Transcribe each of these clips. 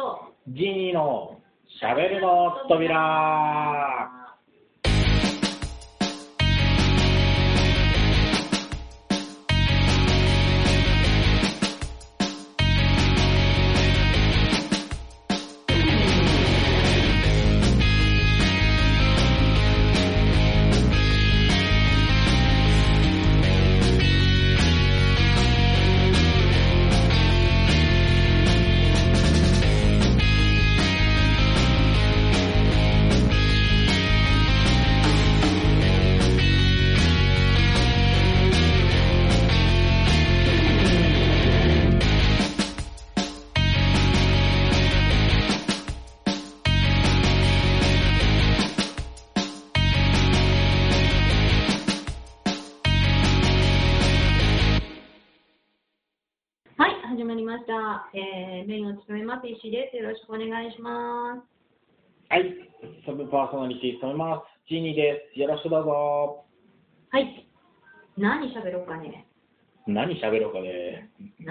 とジーニーのしゃべるの扉。 始まりました。メインを務めます石井です。よろしくお願いします。 はい、サブパーソナリティ務めます。ジーニーです。よろしくどうぞ。 はい。何喋ろうかね。 何喋ろうかね。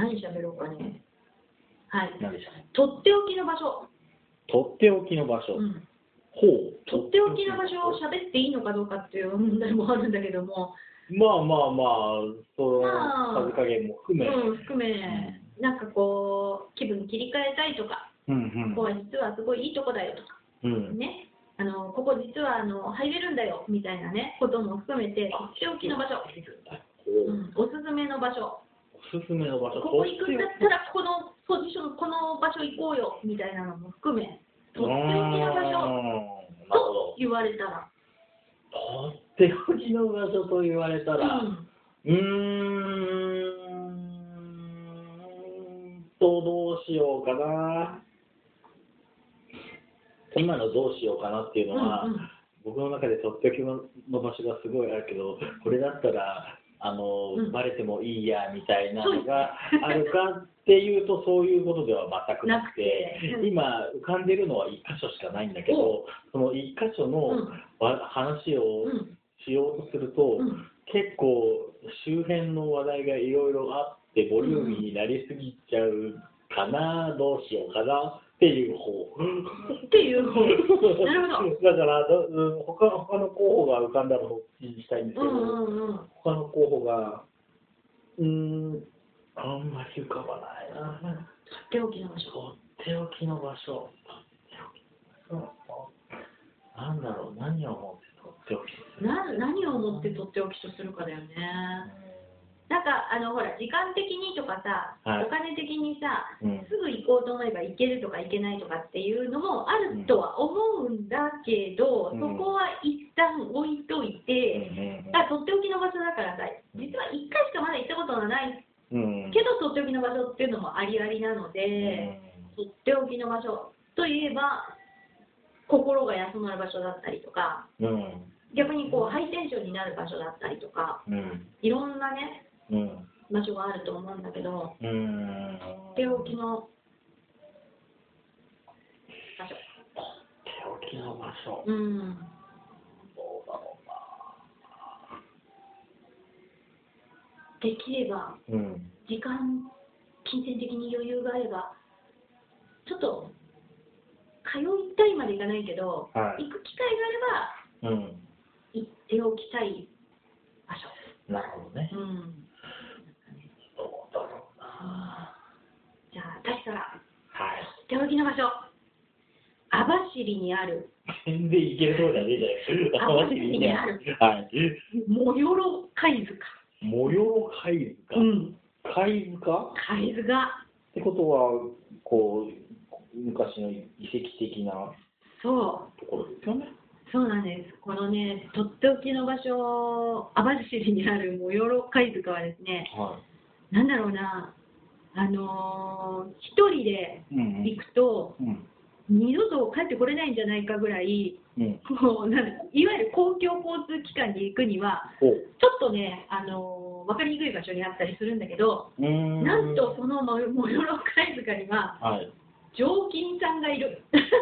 はい。 何でしょう。 とっておきの場所。 とっておきの場所。ほう。 とっておきの場所を喋っていいのかどうかっていう問題もあるんだけども。 まあ、そのさじ加減も含め。 なんかこう気分切り替えたいとか、ここは実はすごいいいとこだよとか、ね、ここ実は入れるんだよみたいなねことも含めてとっておきの場所、おすすめの場所、ここ行くんだったらこのポジション、この場所行こうよみたいなのも含めとっておきの場所と言われたら、 とっておきの場所と言われたら、どうしようかな。今のどうしようかなっていうのは、僕の中でとっておきの場所がすごいあるけど、これだったらバレてもいいやみたいなのがあるかっていうと、そういうことでは全くなくて、今浮かんでるのは1箇所しかないんだけど、その1箇所の話をしようとすると、結構周辺の話題がいろいろあってボリューミーになりすぎちゃうかな、どうしようかなっていう方。なるほど。だから他の候補が浮かんだらそっちにしたいんですけど、他の候補があんまり浮かばないな。とっておきの場所。なんだろう、何を思ってとっておき何を思ってとっておきとするかだよね。なんかほら時間的にとかさ、お金的にさ、すぐ行こうと思えば行けるとか行けないとかっていうのもあるとは思うんだけど、そこは一旦置いといて、とっておきの場所だからさ、実は1回しかまだ行ったことがないけど、とっておきの場所っていうのもありありなので、とっておきの場所といえば心が休まる場所だったりとか、逆にこうハイテンションになる場所だったりとか、いろんなね、場所があると思うんだけど、とっておきの場所。どうだろうな。できれば、時間、金銭的に余裕があれば、ちょっと通いたいまでいかないけど、行く機会があれば、行っておきたい場所。 なるほどね。どうだろうな。 じゃあ私から、とっておきの場所、網走にある。 全然行けるそうじゃねえじゃない。 網走にある。モヨロ貝塚。貝塚。 ってことは、こう昔の遺跡的なところですよね。 そうなんです。このね、とっておきの場所、網走にあるモヨロ貝塚はですね、なんだろうな、一人で行くと、二度と帰ってこれないんじゃないかぐらい、もういわゆる公共交通機関に行くには、ちょっとね、分かりにくい場所にあったりするんだけど、なんとそのモヨロ貝塚には、常勤さんがいる。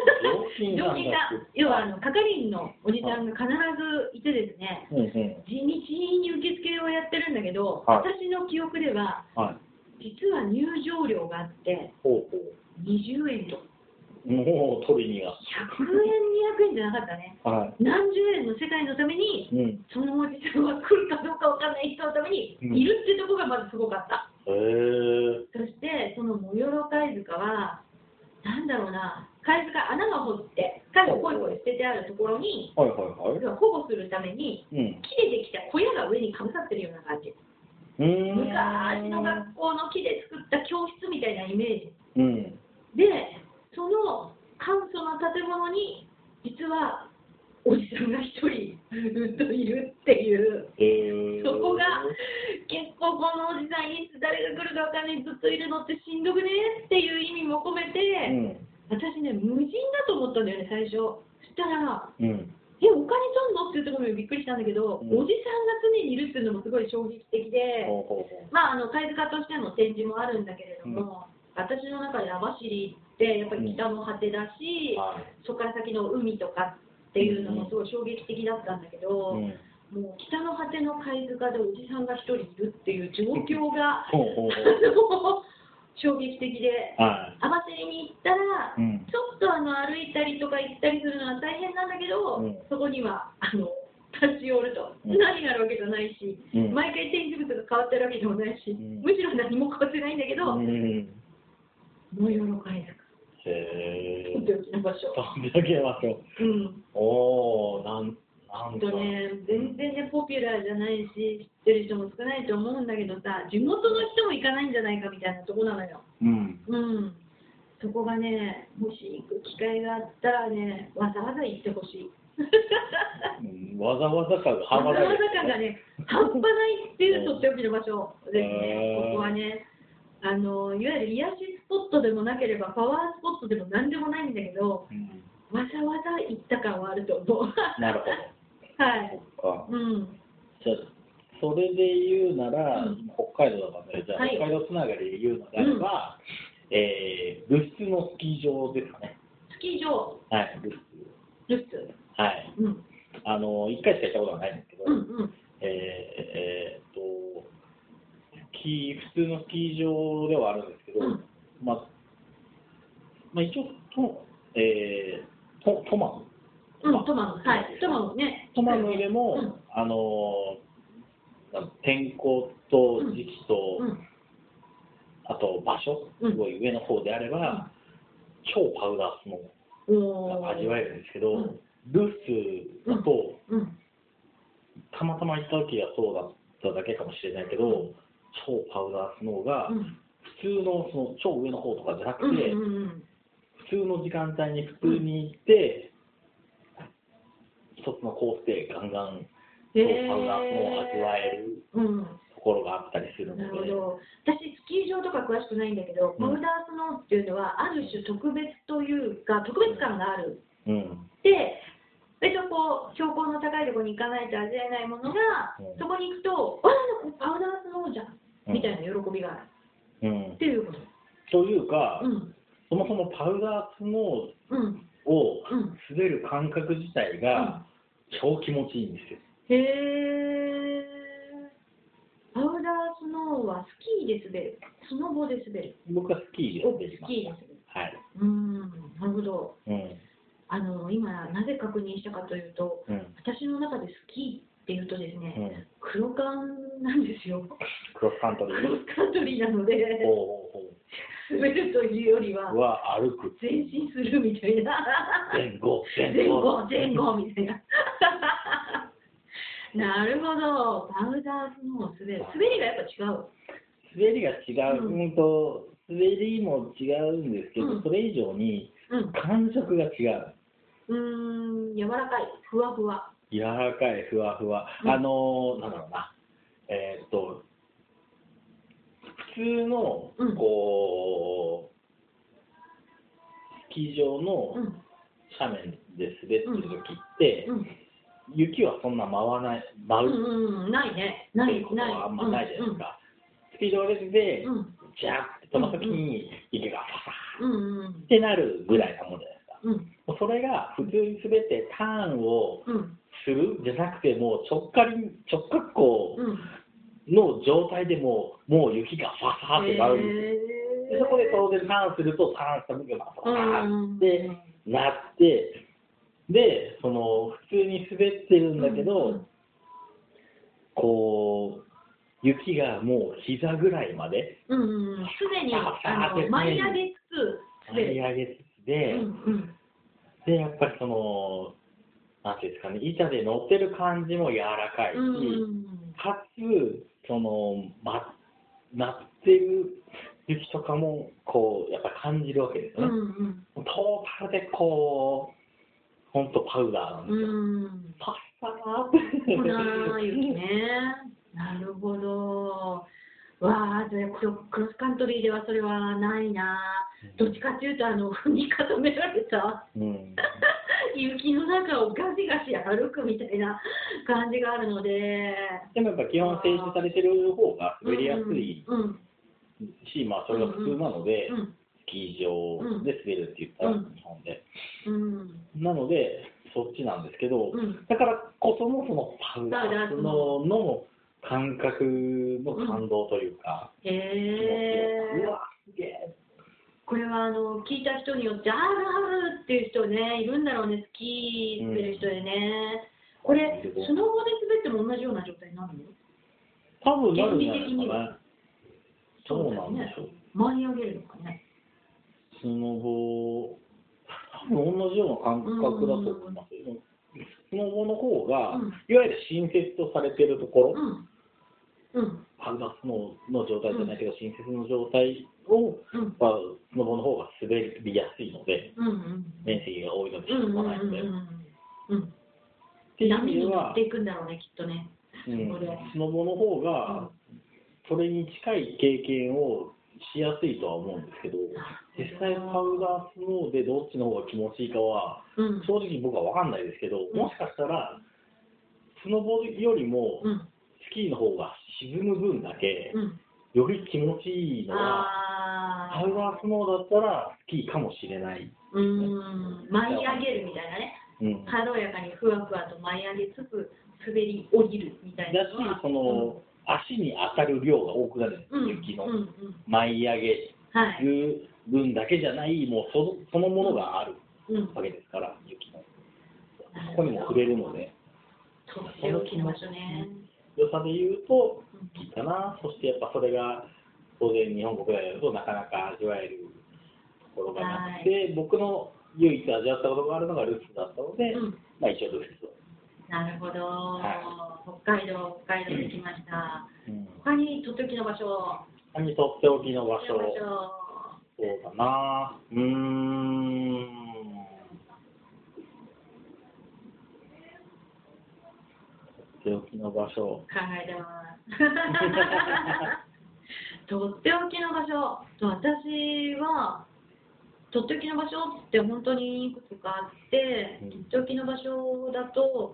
要は係員のおじさんが必ずいてですね、地道に受付をやってるんだけど、私の記憶では、実は入場料があって、20円ともう取りには。 100円、200円じゃなかったね。 はい。 何十円の世界のために、そのおじさんは来るかどうかわかんない人のために、いるってとこがまずすごかった。そして、そのモヨロ貝塚は、なんだろうな、貝塚穴が掘って、貝をポイポイ捨ててあるところに、保護するために、木でできた小屋が上にかぶさってるような感じ。昔の学校の木で作った教室みたいなイメージ。で、その簡素な建物に、実はおじさんが一人ずっといるっていう、そこが結構このおじさんいつ誰が来るかわかんない、ずっといるのってしんどくねっていう意味も込めて、私ね、無人だと思ったんだよね、最初。そしたら、お金取んのっていうところにびっくりしたんだけど、おじさんが常にいるっていうのもすごい衝撃的で、貝塚としての展示もあるんだけれども、私の中で網走ってやっぱり北の果てだし、そこから先の海とかっていうのもすごい衝撃的だったんだけど、もう北の果ての貝塚でおじさんが一人いるっていう状況が衝撃的で、網走に行ったら、ちょっと歩いたりとか行ったりするのは大変なんだけど、そこには立ち寄ると、何があるわけじゃないし、毎回展示物が変わってるわけでもないし、むしろ何も変わってないんだけど、モヨロ貝塚。とっておきの場所。 とっておきの場所。おー、なんかね、全然ね、ポピュラーじゃないし、知ってる人も少ないと思うんだけどさ、地元の人も行かないんじゃないかみたいなとこなのよ。そこがね、もし行く機会があったらね、わざわざ行ってほしい。 わざわざ感が半端ない。 わざわざ感がね、半端ないっていうとっておきの場所ですね。ここはね、いわゆる癒しスポットでもなければパワースポットでもなんでもないんだけど、わざわざ行った感はあると思う。 なるほど。 はい。 じゃあ、それで言うなら、北海道だからね、じゃあ、北海道つながりで言うのであれば、ルスツのスキー場ですかね。 スキー場はい、ルスツ。はい。1回しか行ったことはないんですけど、普通のスキー場ではあるんですけど、一応トマム。トマムでも、天候と時期と、あと場所、すごい上の方であれば、超パウダースノーが味わえるんですけど、ルスだと、たまたま行った時がそうだっただけかもしれないけど、超パウダースノーが、普通のその超上の方とかじゃなくて、普通の時間帯に普通に行って、一つのコースでガンガン超パウダースノーを味わえるところがあったりするので。 なるほど。私、スキー場とか詳しくないんだけど、パウダースノーっていうのは、ある種特別というか、特別感がある。で、別にこう標高の高いところに行かないと味わえないものが、そこに行くと、パウダースノーじゃんみたいな喜びがある。っていうこと。 というか、そもそもパウダースノーを滑る感覚自体が超気持ちいいんですよ。 パウダースノーはスキーで滑る、スノボで滑る。 僕はスキーで滑ります。はい。 なるほど。今なぜ確認したかというと、私の中でスキーっていうとですね、クロカンなんですよ。 クロスカントリー。 クロスカントリーなので、滑るというよりは、 歩く。 前進するみたいな。 前後みたいな。なるほど。パウダースノー滑る。滑りがやっぱ違う。 滑りが違うと、滑りも違うんですけど、それ以上に感触が違う。 柔らかい、ふわふわ。 柔らかい、ふわふわ。なんだろうな。普通の、スキー場の斜面で滑ってる時って、雪はそんな舞う。 ないね。ない。 あんまないじゃないですか。スキー場で、ジャーってその時に雪がファサーってなるぐらいなもんじゃないですか。それが普通に滑ってターンをするじゃなくて、もう直角行の状態でもう雪がファサーってなるんですよ。 でそこで当然ターンすると、ターンした時がバーってなって、で、その普通に滑ってるんだけど、こう、雪がもう膝ぐらいまで、 すでに舞い上げつつ、 舞い上げつつで、で、やっぱりその、なんていうんですかね、板で乗ってる感じも柔らかいし、かつ、その、なってる雪とかも、こう、やっぱ感じるわけですよね。トータルでこう、ほんとパウダーなんですよ。パッサーって。 粉雪ね。なるほど。わあ、クロスカントリーではそれはないな。どっちかっていうと、踏み固められた、雪の中をガシガシ歩くみたいな感じがあるので。 でもやっぱ基本整備されてる方が滑りやすいし、まあそれが普通なので、スキー場で滑るって言ったら日本で。なので、そっちなんですけど、だからこそもそのパウダーの感覚の感動というか、うわ、すげえ。 これは聞いた人によって、あるっていう人ね、いるんだろうね、スキー滑る人でね。これ、スノボで滑っても同じような状態になるの？ 多分なるんじゃないですかね。そうなんでしょう。 舞い上げるのかね。 スノボ、多分同じような感覚だと思います。スノボの方が、いわゆる新設とされているところ、パウダースノーの状態じゃないけど、新設の状態を、スノボの方が滑りやすいので、面積が多いのでしょうがないので。 っていう意味では、っていくんだろうね、きっとね。 スノボの方が、それに近い経験をしやすいとは思うんですけど、実際パウダースノーでどっちの方が気持ちいいかは、正直僕は分かんないですけど、もしかしたら、スノボよりもスキーの方が沈む分だけ、より気持ちいいのは、パウダースノーだったらスキーかもしれない。 舞い上げるみたいなね。軽やかにふわふわと舞い上げつつ、滑り降りるみたいな。 だし、その、足に当たる量が多くなるんです、雪の。舞い上げる分だけじゃない、もうそのものがあるわけですから、雪の。そこにも触れるので。 とっておきの場所ね。 良さで言うと、いいかな。そしてやっぱそれが、当然日本国内だとなかなか味わえるところがなくて、僕の唯一味わったことがあるのがルスだったので、まあ一応ルスを。 なるほど、北海道に来ました。他にとっておきの場所。 他にとっておきの場所。そうだな。とっておきの場所。 考えてます。とっておきの場所。私は、とっておきの場所って本当にいくつかあって、とっておきの場所だと、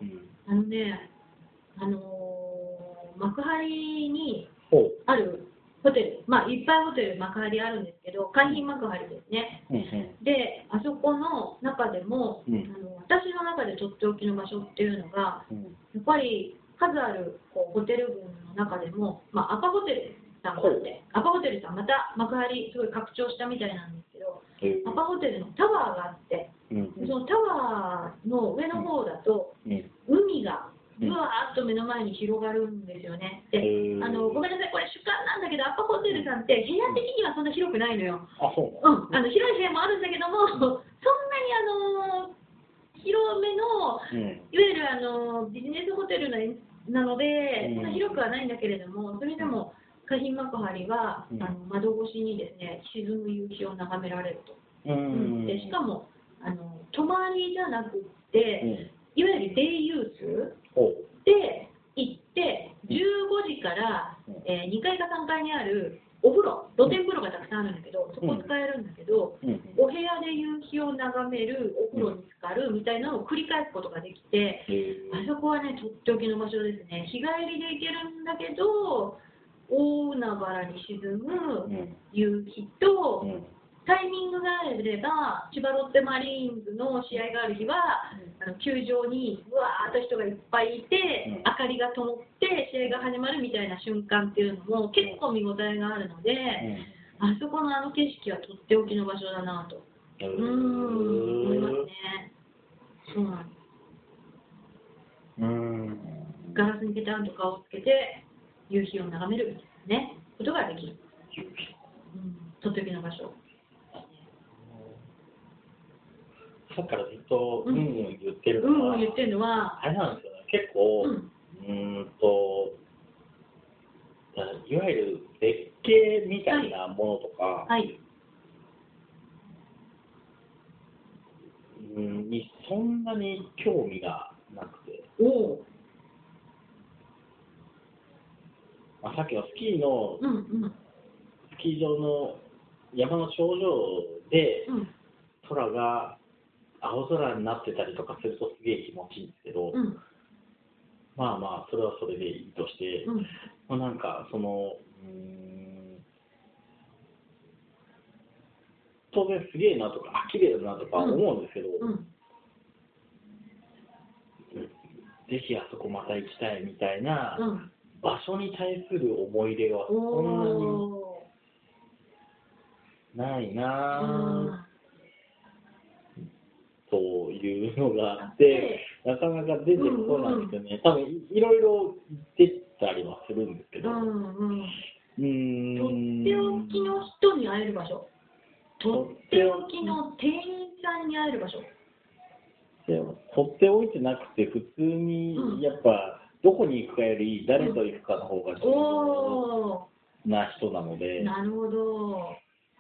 幕張にあるホテル、まあいっぱいホテル幕張あるんですけど、海浜幕張ですね。で、あそこの中でも、私の中でとっておきの場所っていうのが、やっぱり数あるホテル群の中でも、まあアパホテルさんがあって、アパホテルさんまた幕張すごい拡張したみたいなんですけど、アパホテルのタワーがあって、そのタワーの上の方だと、海がぶわーっと目の前に広がるんですよね。で、ごめんなさい、これ主観なんだけど、アパホテルさんって部屋的にはそんな広くないのよ。広い部屋もあるんだけども、そんなに広めの、いわゆるビジネスホテルなので、そんな広くはないんだけれども、それでも海浜幕張は窓越しにですね、沈む夕日を眺められると。でしかも泊まりじゃなくって、いわゆるデイユースで行って15時から、2階か3階にあるお風呂、露天風呂がたくさんあるんだけど、そこ使えるんだけど、お部屋で夕日を眺める、お風呂に浸かるみたいなのを繰り返すことができて、あそこはね、とっておきの場所ですね。日帰りで行けるんだけど、大海原に沈む夕日と、タイミングがあれば、千葉ロッテマリーンズの試合がある日は、球場にうわーっと人がいっぱいいて、明かりが灯って試合が始まるみたいな瞬間っていうのも結構見応えがあるので、 あそこのあの景色はとっておきの場所だなと思いますね。そうなんです。ガラスにペタンと顔をつけて夕日を眺めるねことができる。とっておきの場所。 さっきからずっと言ってるのは、 言ってるのはあれなんですよね。結構いわゆる絶景みたいなものとか、にそんなに興味がなくて。さっきのスキーの、スキー場の山の頂上で、空が青空になってたりとかするとすげえ気持ちいいんですけど、まあまあそれはそれでいいとして、なんかその当然すげえなとか綺麗だなとか思うんですけど、ぜひあそこまた行きたいみたいな場所に対する思い入れはそんなにないなというのがあって、なかなか出てこないんですよね。多分いろいろ言ってたりはするんですけど、とっておきの人に会える場所、とっておきの店員さんに会える場所。 とっておいてなくて、普通にやっぱどこに行くかより誰と行くかの方が重要な人なので。 なるほど。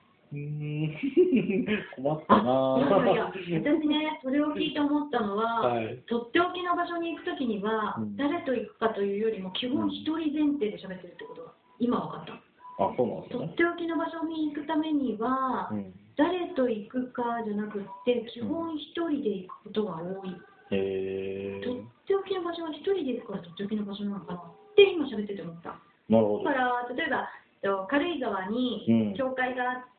困ったな。 私ね、それを聞いて思ったのは、とっておきの場所に行くときには、誰と行くかというよりも基本一人前提で喋ってるってことが今分かった。 そうなんですね。 とっておきの場所に行くためには、誰と行くかじゃなくて基本一人で行くことが多い。とっておきの場所は一人で行くからとっておきの場所なのかなって今喋ってて思った。 なるほど。 だから例えば軽井沢に教会があって、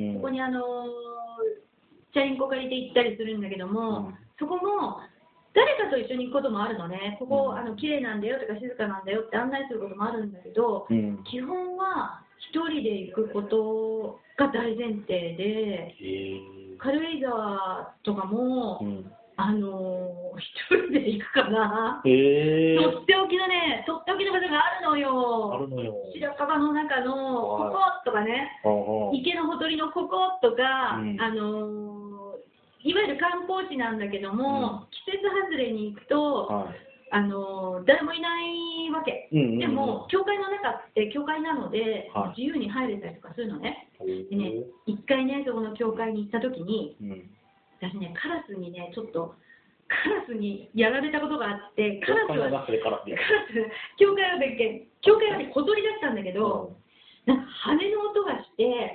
そこにチャリンコ借りて行ったりするんだけども、そこも誰かと一緒に行くこともあるのね。ここ綺麗なんだよとか静かなんだよって案内することもあるんだけど、基本は一人で行くことが大前提で、軽井沢とかも、一人で行くかな。とっておきのね、とっておきの場所があるのよ。白樺の中のこことかね、池のほとりのこことか、いわゆる観光地なんだけども、季節外れに行くと、誰もいないわけ。でも、教会の中って教会なので、自由に入れたりとかするのね。でね、一回ね、そこの教会に行った時に、私ね、カラスにね、ちょっと、カラスにやられたことがあって、カラスは、教会は別件、教会はね、小鳥だったんだけど、なんか羽の音がして、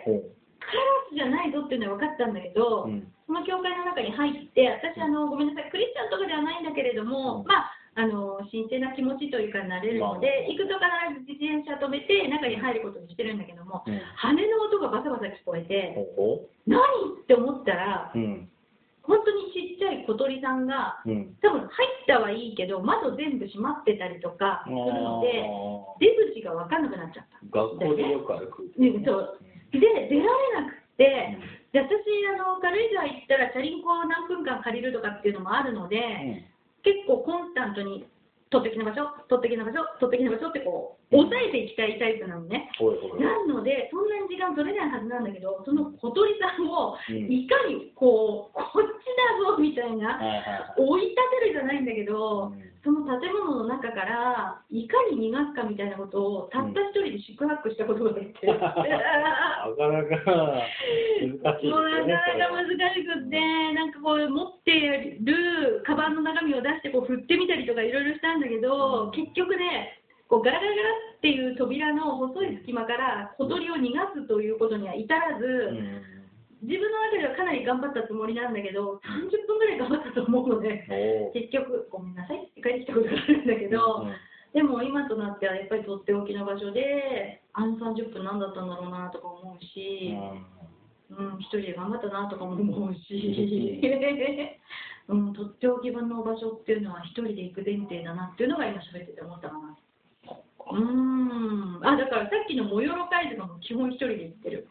カラスじゃないぞっていうのは分かったんだけど、その教会の中に入って、私、ごめんなさい、クリスチャンとかではないんだけれども、まあ、神聖な気持ちというかなれるので、行くと必ず自転車止めて、中に入ることにしてるんだけども、羽の音がバサバサ聞こえて、何って思ったら、本当にちっちゃい小鳥さんが、多分入ったはいいけど、窓全部閉まってたりとかするので、出口が分かんなくなっちゃった。 学校でよくある空気。そう。で、出られなくて、で私、軽井沢行ったらチャリンコを何分間借りるとかっていうのもあるので、結構コンスタントに、とってきの場所、とってきの場所、とってきの場所ってこう、抑えていきたいタイプなのね。なので、そんなに時間取れないはずなんだけど、その小鳥さんをいかにこっちだぞみたいな、追い立てるじゃないんだけど、その建物の中からいかに逃がすかみたいなことをたった一人で宿泊したことができて、なかなか難しい。もうなかなか難しくって、なんかこう持ってるカバンの中身を出してこう振ってみたりとかいろいろしたんだけど、結局ね、こうガラガラガラっていう扉の細い隙間から小鳥を逃がすということには至らず、自分の中ではかなり頑張ったつもりなんだけど、30分ぐらい頑張ったと思うので、結局、ごめんなさいって帰ってきたことがあるんだけど、でも今となってはやっぱりとっておきの場所で、30分何だったんだろうなとか思うし、一人で頑張ったなとかも思うし、とっておきの場所っていうのは一人で行く前提だなっていうのが今喋ってて思ったかな。だからさっきのモヨロ会とかも基本一人で行ってる。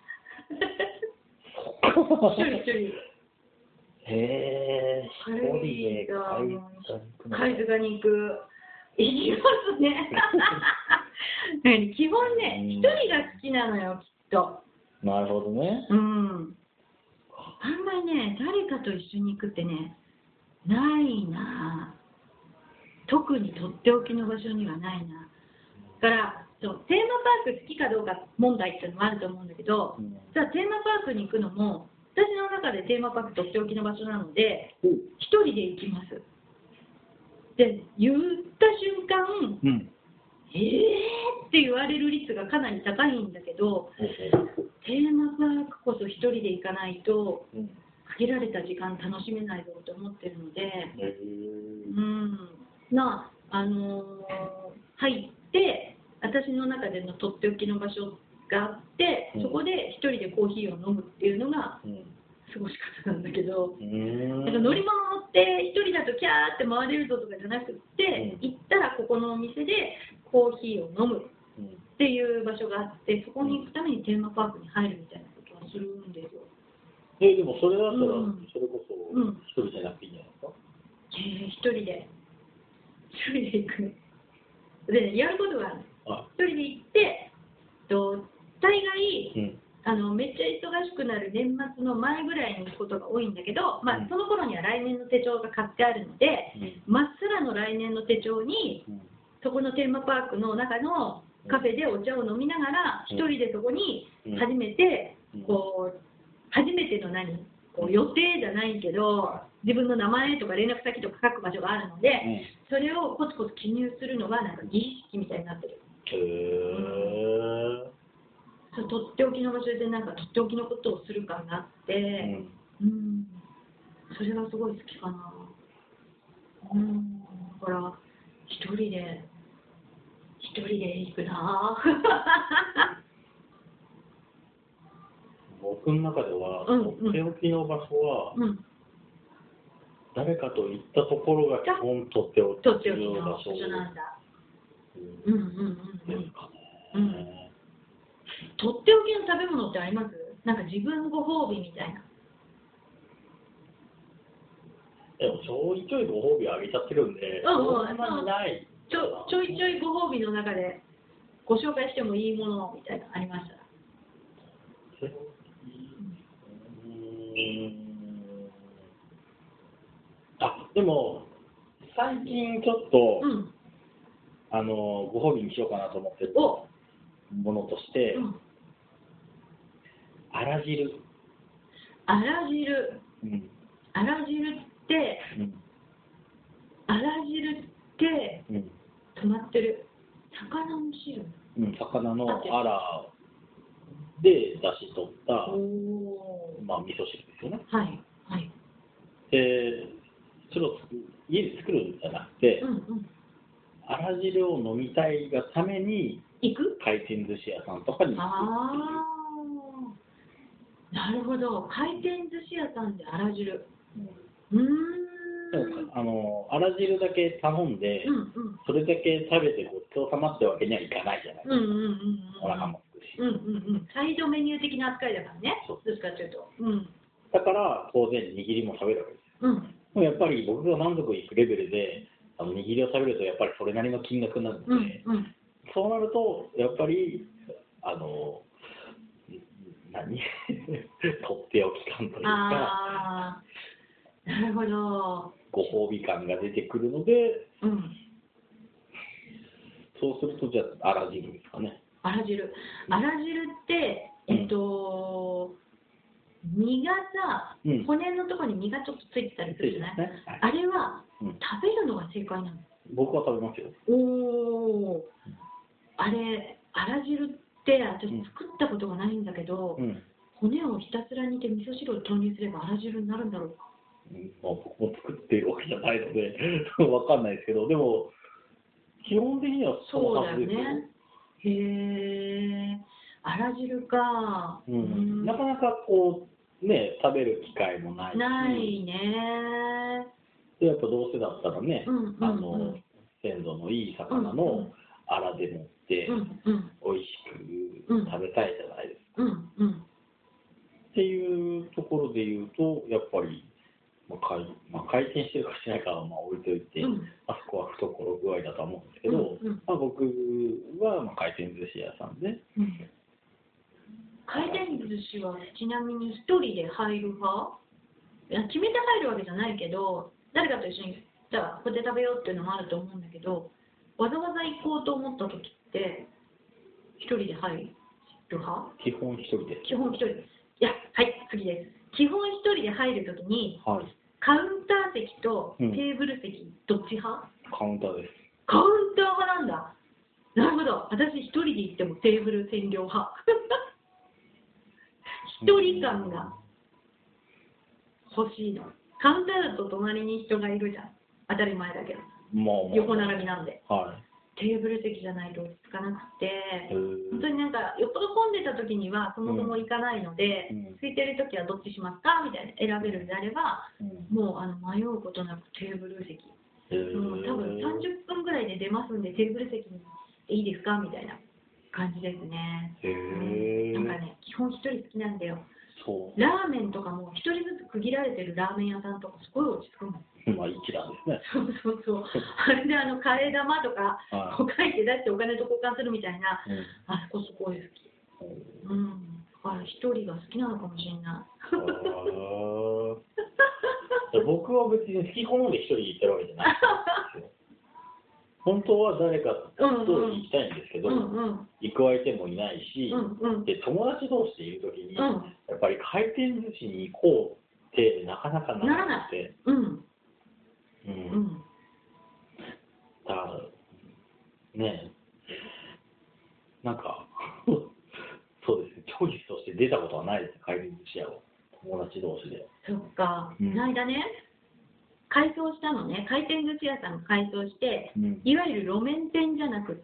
一人。 へえ、一人で貝塚に行く。行きますね。基本ね、一人が好きなのよ、きっと。 なるほどね。 うん。あんまりね、誰かと一緒に行くってね、ないな。特にとっておきの場所にはないな。だからそうテーマパーク好きかどうか問題っていうのもあると思うんだけど、じゃあテーマパークに行くのも私の中でテーマパークとっておきの場所なので一人で行きます。で言った瞬間、って言われる率がかなり高いんだけど、テーマパークこそ一人で行かないと限られた時間楽しめないぞと思ってるので、入って私の中でのとっておきの場所があって、そこで一人でコーヒーを飲むっていうのが過ごし方なんだけど、なんか乗り物乗って一人だとキャーって回れるぞとかじゃなくって、行ったらここのお店でコーヒーを飲むっていう場所があって、そこに行くためにテーマパークに入るみたいなことはするんですよ。 でもそれだったら、それこそ一人じゃなくていいんじゃないですか？ 一人で行く。で、やることがある。一人で行って、大概、めっちゃ忙しくなる年末の前ぐらいに行くことが多いんだけど、その頃には来年の手帳が買ってあるので、まっさらの来年の手帳に、そこのテーマパークの中のカフェでお茶を飲みながら、一人でそこに初めての予定じゃないけど、自分の名前とか連絡先とか書く場所があるので、それをコツコツ記入するのがなんか儀式みたいになってる。とっておきの場所でなんかとっておきのことをする感があって、それがすごい好きかな。だから一人で行くな。 僕の中では、とっておきの場所は、誰かと行ったところが基本とっておきの場所なんだ。とっておきの食べ物ってあります？なんか自分ご褒美みたいな。 でもちょいちょいご褒美あげちゃってるんで、そんなにない。 ちょいちょいご褒美の中でご紹介してもいいものみたいなのありました？ でも最近ちょっと、ご褒美にしようかなと思ってるものとして、あら汁って止まってる魚の汁、 魚のあらで出汁取った味噌汁ですよね。それを家で作るんじゃなくて、あら汁を飲みたいがために回転寿司屋さんとかに行くっていう。 なるほど、回転寿司屋さんであら汁。 あら汁だけ頼んで、それだけ食べてごちそうさまってわけにはいかないじゃないですか。お腹もすくし。 サイドメニュー的な扱いだからね。どっちかというと。 だから当然握りも食べるわけですよ。でもやっぱり僕が満足いくレベルで握りを食べるとやっぱりそれなりの金額になるので、そうなるとやっぱりとっておき感というか、 なるほど、 ご褒美感が出てくるので、そうするとじゃああら汁ですかね。 あら汁って身がさ、骨のところに身がちょっとついてたりするじゃない？あれは食べるのが正解なの？ 僕は食べますよ。 あれ、あら汁って私作ったことがないんだけど、骨をひたすら煮て味噌汁を投入すればあら汁になるんだろうか。 僕も作っているわけじゃないのでわかんないですけど、でも基本的にはそうはずですよ。 へえ、あら汁か。 なかなかこうね、食べる機会もないし。 ないね。 でやっぱどうせだったらね、鮮度のいい魚のあらでもって美味しく食べたいじゃないですか。 っていうところで言うと、やっぱり、回転してるかしないかは置いといて、あそこは懐具合だとは思うんですけど、僕は回転寿司屋さんで。 回転寿司はちなみに一人で入る派？いや決めて入るわけじゃないけど、誰かと一緒にじゃあここで食べようっていうのもあると思うんだけど、わざわざ行こうと思った時って一人で入る派？ 基本一人です。 基本一人です。いや、はい、次です。基本一人で入る時に、カウンター席とテーブル席、どっち派？ カウンターです。 カウンター派なんだ。なるほど。私一人で行ってもテーブル占領派。一人感が欲しいの。カウンターだと隣に人がいるじゃん。当たり前だけど。横並びなんで。テーブル席じゃないと落ち着かなくて、本当になんかよっぽど混んでた時にはそもそも行かないので、空いてる時はどっちしますかみたいな選べるんであれば、もう迷うことなくテーブル席。多分30分ぐらいで出ますんでテーブル席にいいですかみたいな感じですね。なんかね、基本一人好きなんだよ。ラーメンとかも一人ずつ区切られてるラーメン屋さんとかすごい落ち着くもん。 一覧ですね。 あれでカレー玉とかこう書いて出してお金と交換するみたいな、あそこすごい好き。だから一人が好きなのかもしれない。 僕は別に好き好んで一人で行ってるわけじゃないんですよ。本当は誰かと行きたいんですけど、行く相手もいないし、で友達同士でいるときに、やっぱり回転寿司に行こうってなかなかならなくて、だからね、なんかそうですね、チョイスとして出たことはないです、回転寿司屋を友達同士で。 そっか、この間ね。改装したのね、回転寿司屋さんが改装して、いわゆる路面店じゃなくって、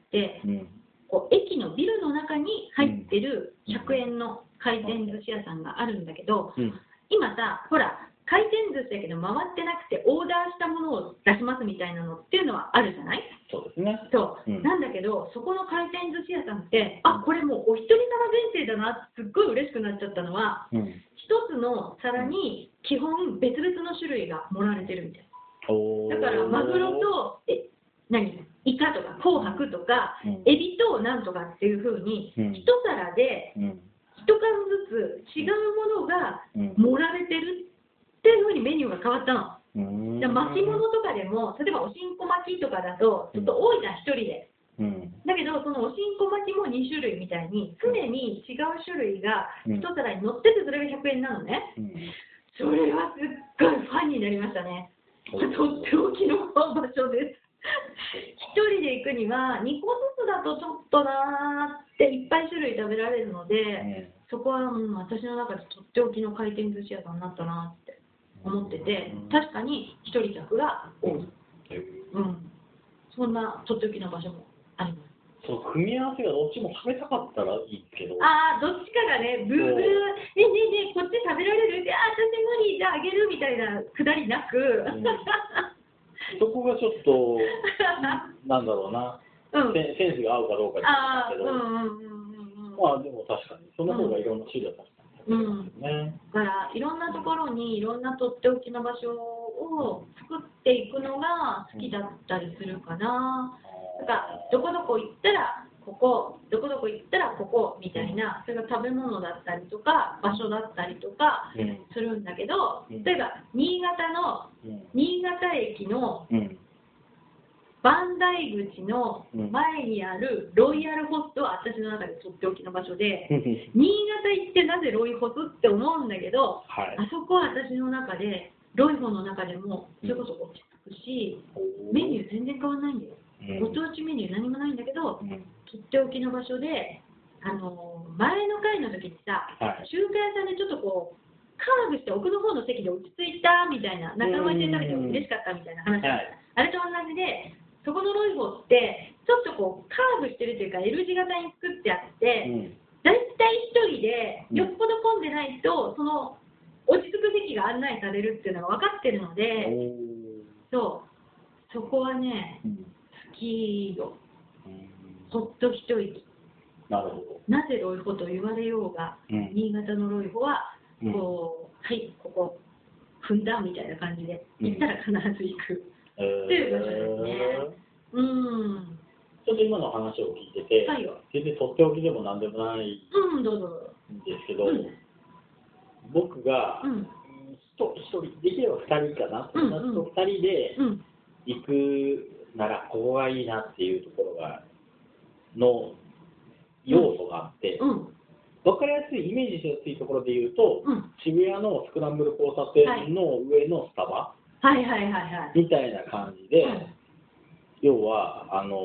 こう駅のビルの中に入ってる100円の回転寿司屋さんがあるんだけど、今さ、ほら、回転寿司だけど回ってなくてオーダーしたものを出しますみたいなのっていうのはあるじゃない？ そうですね。 なんだけど、そこの回転寿司屋さんって、これもうお一人様限定だなってすっごい嬉しくなっちゃったのは、一つの皿に基本別々の種類が盛られてるみたいな。だからマグロとイカとか紅白とか、エビとなんとかっていう風に一皿で一缶ずつ違うものが盛られてるっていう風にメニューが変わったの。巻物とかでも、例えばおしんこ巻きとかだとちょっと多いじゃん、一人で。だけどそのおしんこ巻きも2種類みたいに常に違う種類が一皿に乗ってて、それが100円なのね。それはすっごいファンになりましたね。とっておきの場所です。一人で行くには2個ずつだとちょっとなーっていっぱい種類食べられるので、そこは私の中でとっておきの回転寿司屋さんになったなって思ってて、確かに一人客が多い。そんなとっておきの場所もあります。 組み合わせがどっちも食べたかったらいいけど、 どっちかがね、ブーブー、ねえこっち食べられる？私無理、じゃああげるみたいなくだりなく、 そこがちょっとなんだろうな、センスが合うかどうかですけど、でも確かにその方がいろんな種類が確かにだからいろんなところにいろんなとっておきの場所を作っていくのが好きだったりするかな。だからどこどこ行ったらここ、どこどこ行ったらここみたいな、それが食べ物だったりとか場所だったりとかするんだけど、例えば新潟駅の磐梯口の前にあるロイヤルホストは私の中でとっておきの場所で、新潟行ってなぜロイホスって思うんだけど、あそこは私の中でロイホの中でもそれこそ落ち着くし、メニュー全然変わらないんだよ。ご当地メニュー何もないんだけど、とっておきの場所で、前の回の時にさ、中華屋さんでちょっとこうカーブして奥の方の席で落ち着いたみたいな、仲間内で食べて嬉しかったみたいな話だった。あれと同じで、そこのロイホってちょっとこうカーブしてるというか L 字型に作ってあって、だいたい一人でよっぽど混んでないとその落ち着く席が案内されるっていうのが分かってるので、そこはね、好きよ。ほっと一息。なぜロイホと言われようが、新潟のロイホはこう、はい、ここ踏んだみたいな感じで行ったら必ず行くっていう場所ですね。 ちょっと今の話を聞いてて、 はいよ、 全然とっておきでもなんでもないんどうぞですけど、僕が一人、できれば2人かな、友達と2人で行くなら、ここがいいなっていうところの要素があって、分かりやすい、イメージしやすいところで言うと、渋谷のスクランブル交差点の上のスタバみたいな感じで、要は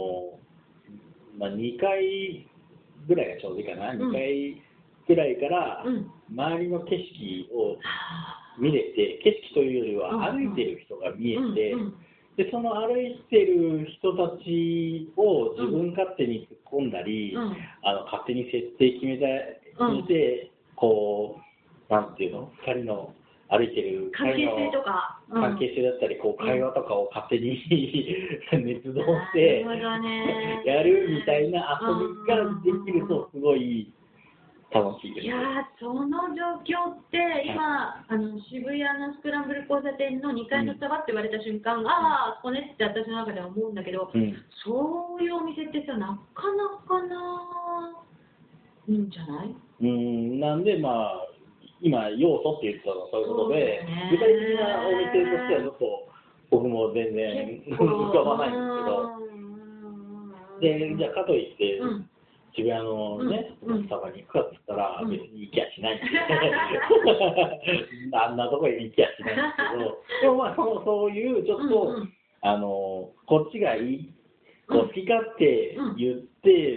2階ぐらいがちょうどいいかな、2階ぐらいから周りの景色を見れて、景色というよりは歩いてる人が見えて、でその歩いてる人たちを自分勝手に突っ込んだり、勝手に設定決めて、こう、なんていうの、2人の歩いてる関係性とか、 関係性だったり、こう会話とかを勝手に捏造してやるみたいな遊びができると、すごい楽しいです。 いやー、その状況って今、渋谷のスクランブル交差点の2階のスタバって言われた瞬間、ああ、ここねって私の中では思うんだけど、そういうお店ってさ、なかなかいいんじゃない？ なんで今要素って言ってたのはそういうことで、具体的なお店としてはちょっと僕も全然浮かばないんですけど、でじゃあかといって、渋谷のね、スタバに行くかって言ったら、別に行きゃしないんであんなとこに行きゃしないんですけど、でもそういうちょっと、こっちがいい、好き勝手言って、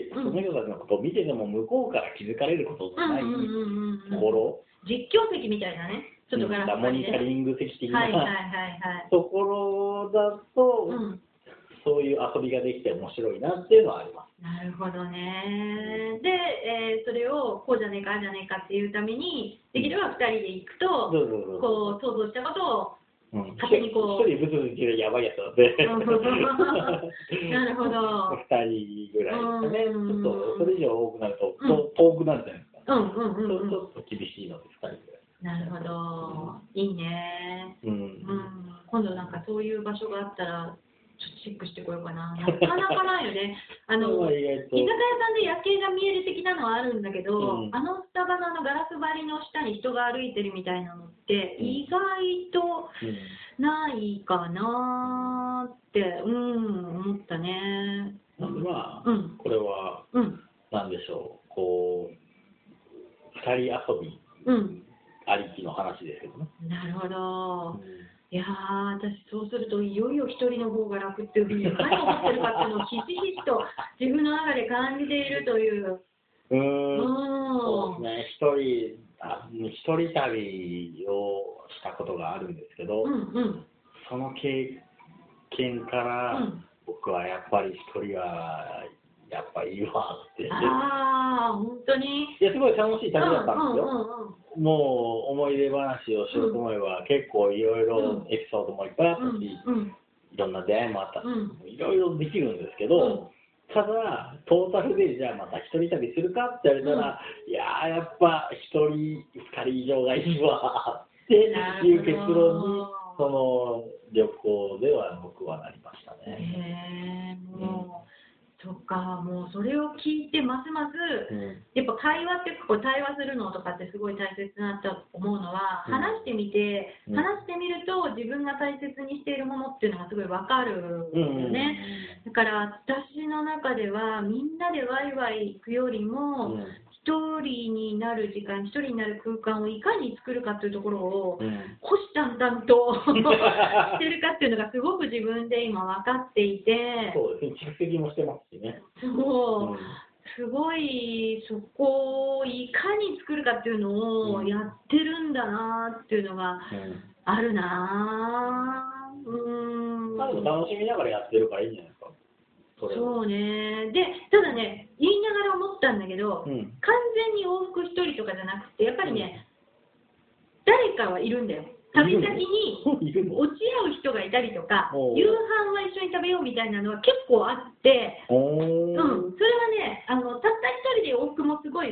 その人たちのことを見てでも向こうから気づかれることがないところ、 実況席みたいなね、ちょっとガラスモニタリング席的なところだと、そういう遊びができて面白いなっていうのはあります。 なるほどね。で、それをこうじゃねえか、ああじゃねえかっていうために、できれば2人で行くと、こう想像したことを勝手にこう。 一人ブツブツ言うやばいやつなんで。 なるほど。 2人ぐらいですかね。ちょっとそれ以上多くなると遠くなるじゃないですか。ちょっと厳しいので2人ぐらい。 なるほど。いいね。今度なんかそういう場所があったら、ちょっとチェックしてこようかな。なかなかないよね。居酒屋さんで夜景が見える的なのはあるんだけど、スタバのガラス張りの下に人が歩いてるみたいなのって意外とないかなって、思ったね。 なんでこれは、なんでしょう、こう、2人遊びありきの話ですけどね。 なるほど。いやー、私そうするといよいよ一人の方が楽っていうふうに何を思ってるかっていうのをひしひしと自分の中で感じているという。 そうですね、一人旅をしたことがあるんですけど、その経験から僕はやっぱり一人はやっぱりいいわって。 本当に。 いや、すごい楽しい旅だったんですよ。もう思い出話をしようと思えば、結構いろいろエピソードもいっぱいあったし、いろんな出会いもあったし、いろいろできるんですけど、ただ、トータルでじゃあまた一人旅するかって言われたら、いやー、やっぱ一人、二人以上がいいわっていう結論に、その旅行では僕はなりましたね。 そっか、もうそれを聞いてますます、やっぱ会話ってこう対話するのとかってすごい大切だなと思うのは、話してみて、話してみると自分が大切にしているものっていうのがすごい分かるんですよね。だから私の中ではみんなでワイワイ行くよりも、一人になる時間、一人になる空間をいかに作るかというところを、虎視眈々としてるかっていうのがすごく自分で今分かっていて、 そうですね、蓄積もしてますしね。 すごいそこをいかに作るかっていうのをやってるんだなっていうのがあるな。 でも楽しみながらやってるからいいんじゃないですか。 そうね。で、ただね、言いながら思ったんだけど、完全に往復一人とかじゃなくて、やっぱりね、誰かはいるんだよ。旅先に落ち合う人がいたりとか、夕飯は一緒に食べようみたいなのは結構あって、それはね、たった一人で往復もすごい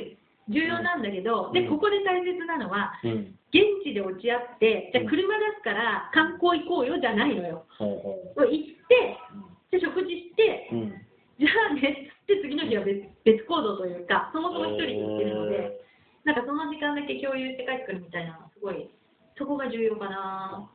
重要なんだけど、でここで大切なのは、現地で落ち合って、じゃあ車出すから観光行こうよじゃないのよ。行って、で食事して、じゃあねっつって次の日は別行動というか、そもそも一人で行ってるので、なんかその時間だけ共有して帰ってくるみたいなのがすごい、そこが重要かな。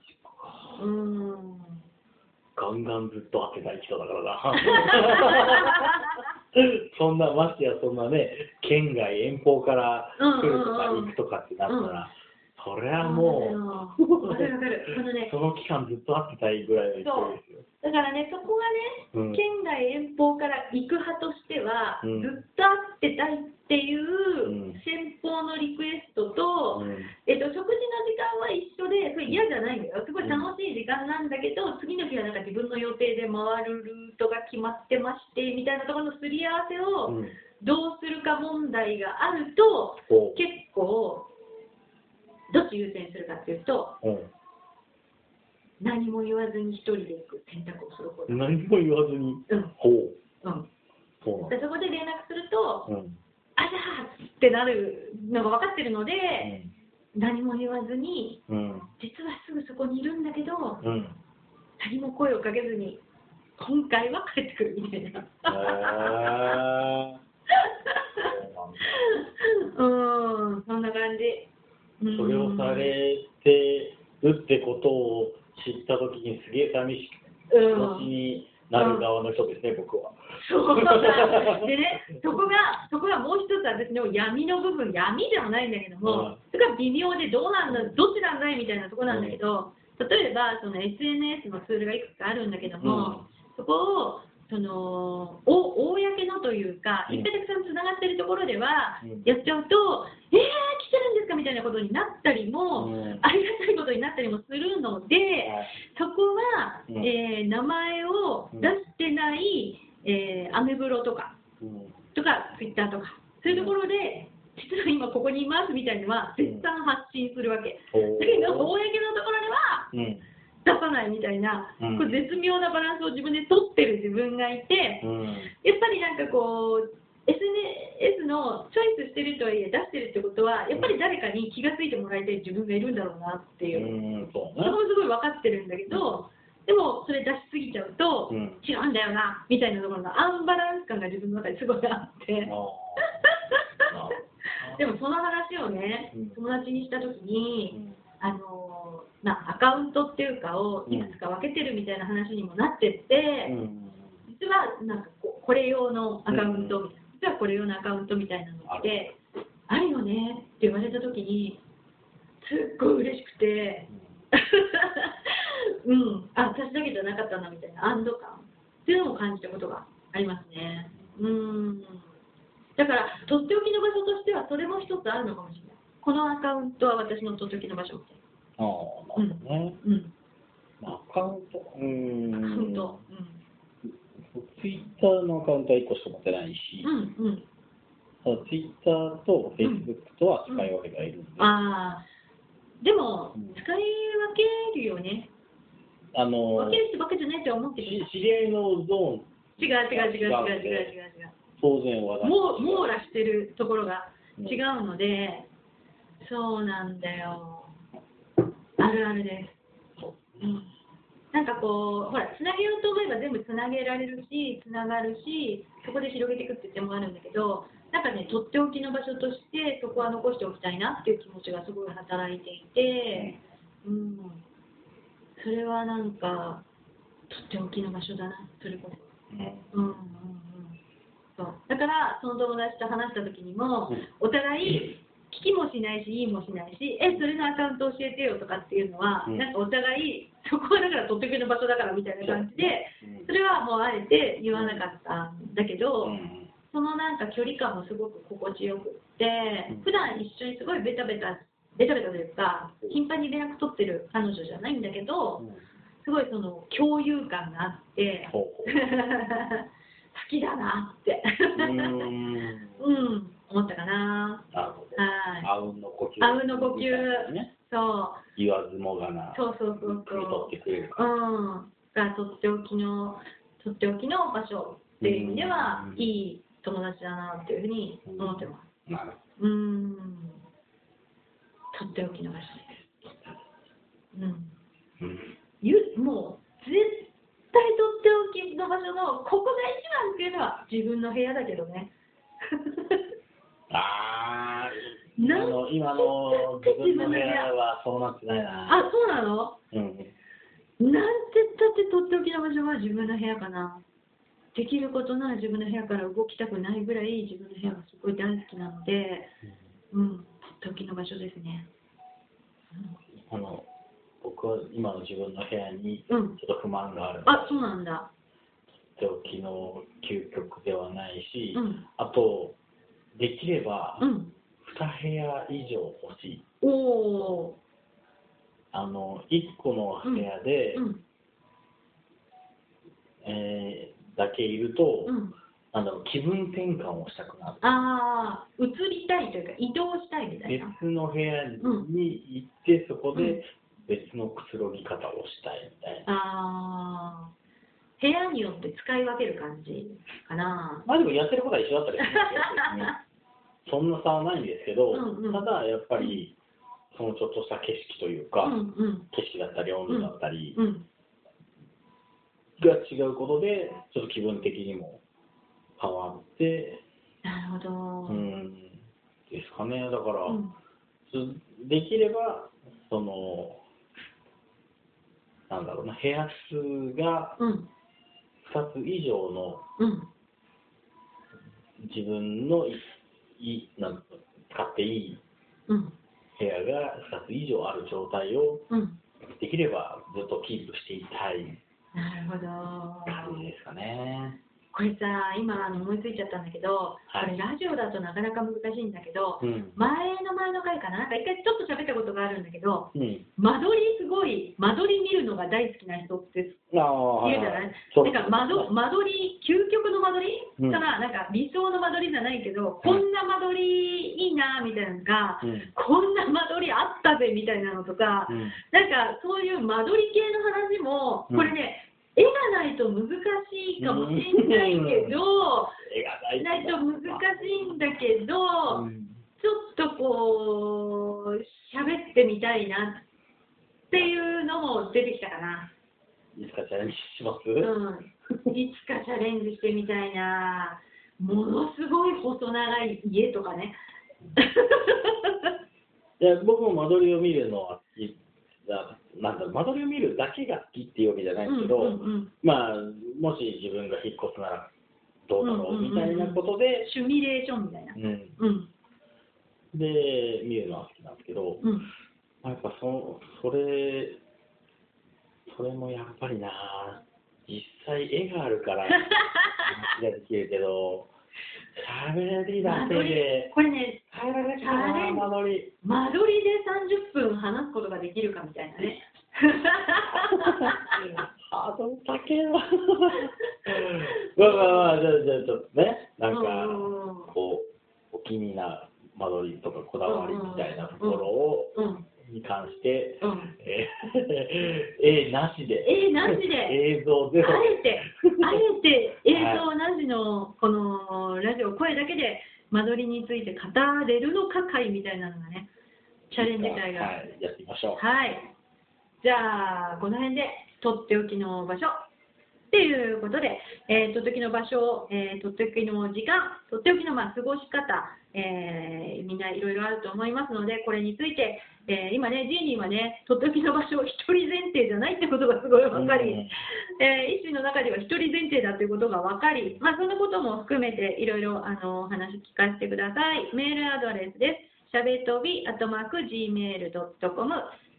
ガンガンずっと当てたい人だからな。そんな、ましてやそんなね、県外遠方から来るとか行くとかってなったら、それはもう、その期間ずっと会ってたいぐらいの勢いですよ。 だからね、そこがね、県外遠方から行く派としては、ずっと会ってたいっていう先方のリクエストと、食事の時間は一緒で、それ嫌じゃないんだよ。すごい楽しい時間なんだけど、次の日はなんか自分の予定で回るルートが決まってまして、みたいなところのすり合わせをどうするか問題があると、結構、どっち優先するかっていうと、何も言わずに一人で行く選択をすること。 何も言わずに。そこで連絡すると、あじゃあってなるのが分かってるので、何も言わずに、実はすぐそこにいるんだけど、何も声をかけずに、今回は帰ってくるみたいな。そんな感じ。 それをされてるってことを知ったときにすげえ寂しい気持ちになる側の人ですね、僕は。 そうだ。でね、そこがもう一つ私の闇の部分、闇ではないんだけども、それが微妙でどっちなんだいみたいなところなんだけど、例えばその SNS のツールがいくつかあるんだけども、そこを公のというか、いっぱいたくさんつながってるところでは、やっちゃうと、来てるんですかみたいなことになったりも、ありがたいことになったりもするので、そこは、名前を出してない、アメブロとか、ツイッターとか、そういうところで、実は今ここにいますみたいなのは、絶賛発信するわけ。だけど、公のところでは、出さないみたいな、これ絶妙なバランスを自分で取ってる自分がいて、やっぱりなんかこう SNS のチョイスしてるとはいえ出してるってことはやっぱり誰かに気がついてもらいたい自分がいるんだろうなっていう、そこもすごい分かってるんだけど、でもそれ出しすぎちゃうと、違うんだよなみたいなところのアンバランス感が自分の中ですごいあってでもその話をね、友達にしたときにアカウントっていうかをいくつか分けてるみたいな話にもなってって、実はなんかこれ用のアカウントみたいな、実はこれ用のアカウントみたいなのってあるよねって言われた時にすっごい嬉しくて私だけじゃなかったなみたいな安堵感っていうのを感じたことがありますね。だからとっておきの場所としてはそれも一つあるのかもしれない。このアカウントは私のとっておきの場所みたいな。 なるほどね。アカウント、ツイッターのアカウントは1個しか持ってないし、ツイッターとフェイスブックとは使い分けがいるんで。 でも、使い分けるよね。分けるわけじゃないと思ってる。 知り合いのゾーン。 違う。 当然話題網羅してるところが違うので、そうなんだよ。あるあるです。なんかこう、ほら、つなげようと思えば全部つなげられるし、つながるし、そこで広げていくって手もあるんだけど、なんかね、とっておきの場所として、そこは残しておきたいなっていう気持ちがすごい働いていて、それはなんか、とっておきの場所だな、それこそ。そうだから、その友達と話した時にも、お互い、聞きもしないし、言いもしないし、それのアカウント教えてよとかっていうのは、なんかお互い、そこはだからとっておきの場所だからみたいな感じで、それはもうあえて言わなかったんだけど、そのなんか距離感もすごく心地よくって、普段一緒にすごいベタベタというか、頻繁に連絡取ってる彼女じゃないんだけど、すごいその共有感があって、好きだなって、思ったかな。 なるほど。あうんの呼吸。 あうんの呼吸。そう。 言わずもがな。 そう。 汲み取ってくれる。 がとっておきの場所っていう意味では、いい友達だなっていうふうに思ってます。 なるとっておきの場所です。もう絶対とっておきの場所のここが一番っていうのは自分の部屋だけどね。 今の自分の部屋はそうなってないな。 あ、そうなの？なんて言ったってとっておきの場所は自分の部屋かな。できることなら自分の部屋から動きたくないぐらい自分の部屋がすごい大好きなので、とっておきの場所ですね。 僕は今の自分の部屋にちょっと不満がある。 あ、そうなんだ。 とっておきの究極ではないし、あとできれば2部屋以上欲しい。1個の部屋で、だけいると、気分転換をしたくなる。 移りたいというか移動したいみたいな。 別の部屋に行って、そこで別のくつろぎ方をしたいみたいな。 部屋によって使い分ける感じかな。 でもやってることは一緒だったりするんですよ。そんな差はないんですけど、ただやっぱりそのちょっとした景色というか、景色だったり温度だったりが違うことでちょっと気分的にも変わって。 なるほど。 ですかね。だから、できればなんだろうな、部屋数が2つ以上の自分の使っていい部屋が2つ以上ある状態をできればずっとキープしていたい感じですかね。 これさ、今思いついちゃったんだけど、これラジオだとなかなか難しいんだけど、前の回かな、一回ちょっと喋ったことがあるんだけど、間取り見るのが大好きな人っているじゃない？間取り、究極の間取りかな、なんか理想の間取りじゃないけど、こんな間取りいいなみたいなのが、こんな間取りあったぜみたいなのとか、なんかそういう間取り系の話も、これね、絵がないと難しいかもしれないけど、ないと難しいんだけど、ちょっとこう喋ってみたいなっていうのも出てきたかな。 いつかチャレンジします？ いつかチャレンジしてみたいな。ものすごい細長い家とかね。 いや、僕も間取りを見るのは好き。間取りを見るだけが好きっていうわけじゃないんですけど、もし自分が引っ越すならどうだろうみたいなことで、 シミュレーションみたいな。 で、見るのは好きなんですけど、やっぱそれもやっぱりな、実際絵があるから話ができるけど、喋りだけで、 これね、 間取りで30分話すことができるかみたいなね。 ハードル高えな。じゃあちょっとね、なんかこうお気に入りな間取りとかこだわりみたいなところをに関して、なしで映像ゼロ、 あえて映像なしのこのラジオ、声だけで間取りについて語れるのか会みたいなのがね、チャレンジ会が、 やってみましょう。 じゃあこの辺でとっておきの場所っていうことで、とっておきの場所、とっておきの時間、とっておきの過ごし方、みんないろいろあると思いますので、これについて、今ね、ジーニーはね、とっておきの場所を一人前提じゃないってことがすごい分かり、一心の中では一人前提だということが分かり、そんなことも含めていろいろお話聞かせてください。メールアドレスです。しゃべとび@gmail.com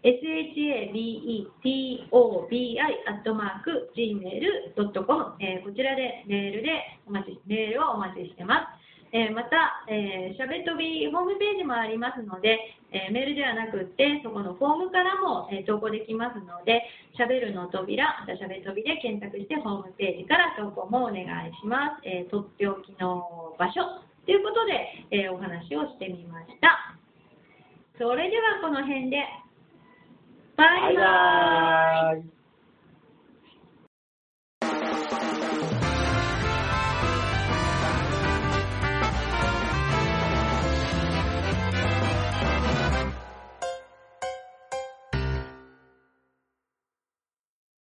shabetobi@gmail.com、こちらでメールをお待ちしてます。また、しゃべとびホームページもありますので、メールではなくってそこのフォームからも、投稿できますので、しゃべるの扉、またしゃべとびで検索してホームページから投稿もお願いします。とっておきの場所ということで、お話をしてみました。それではこの辺でバイバーイ。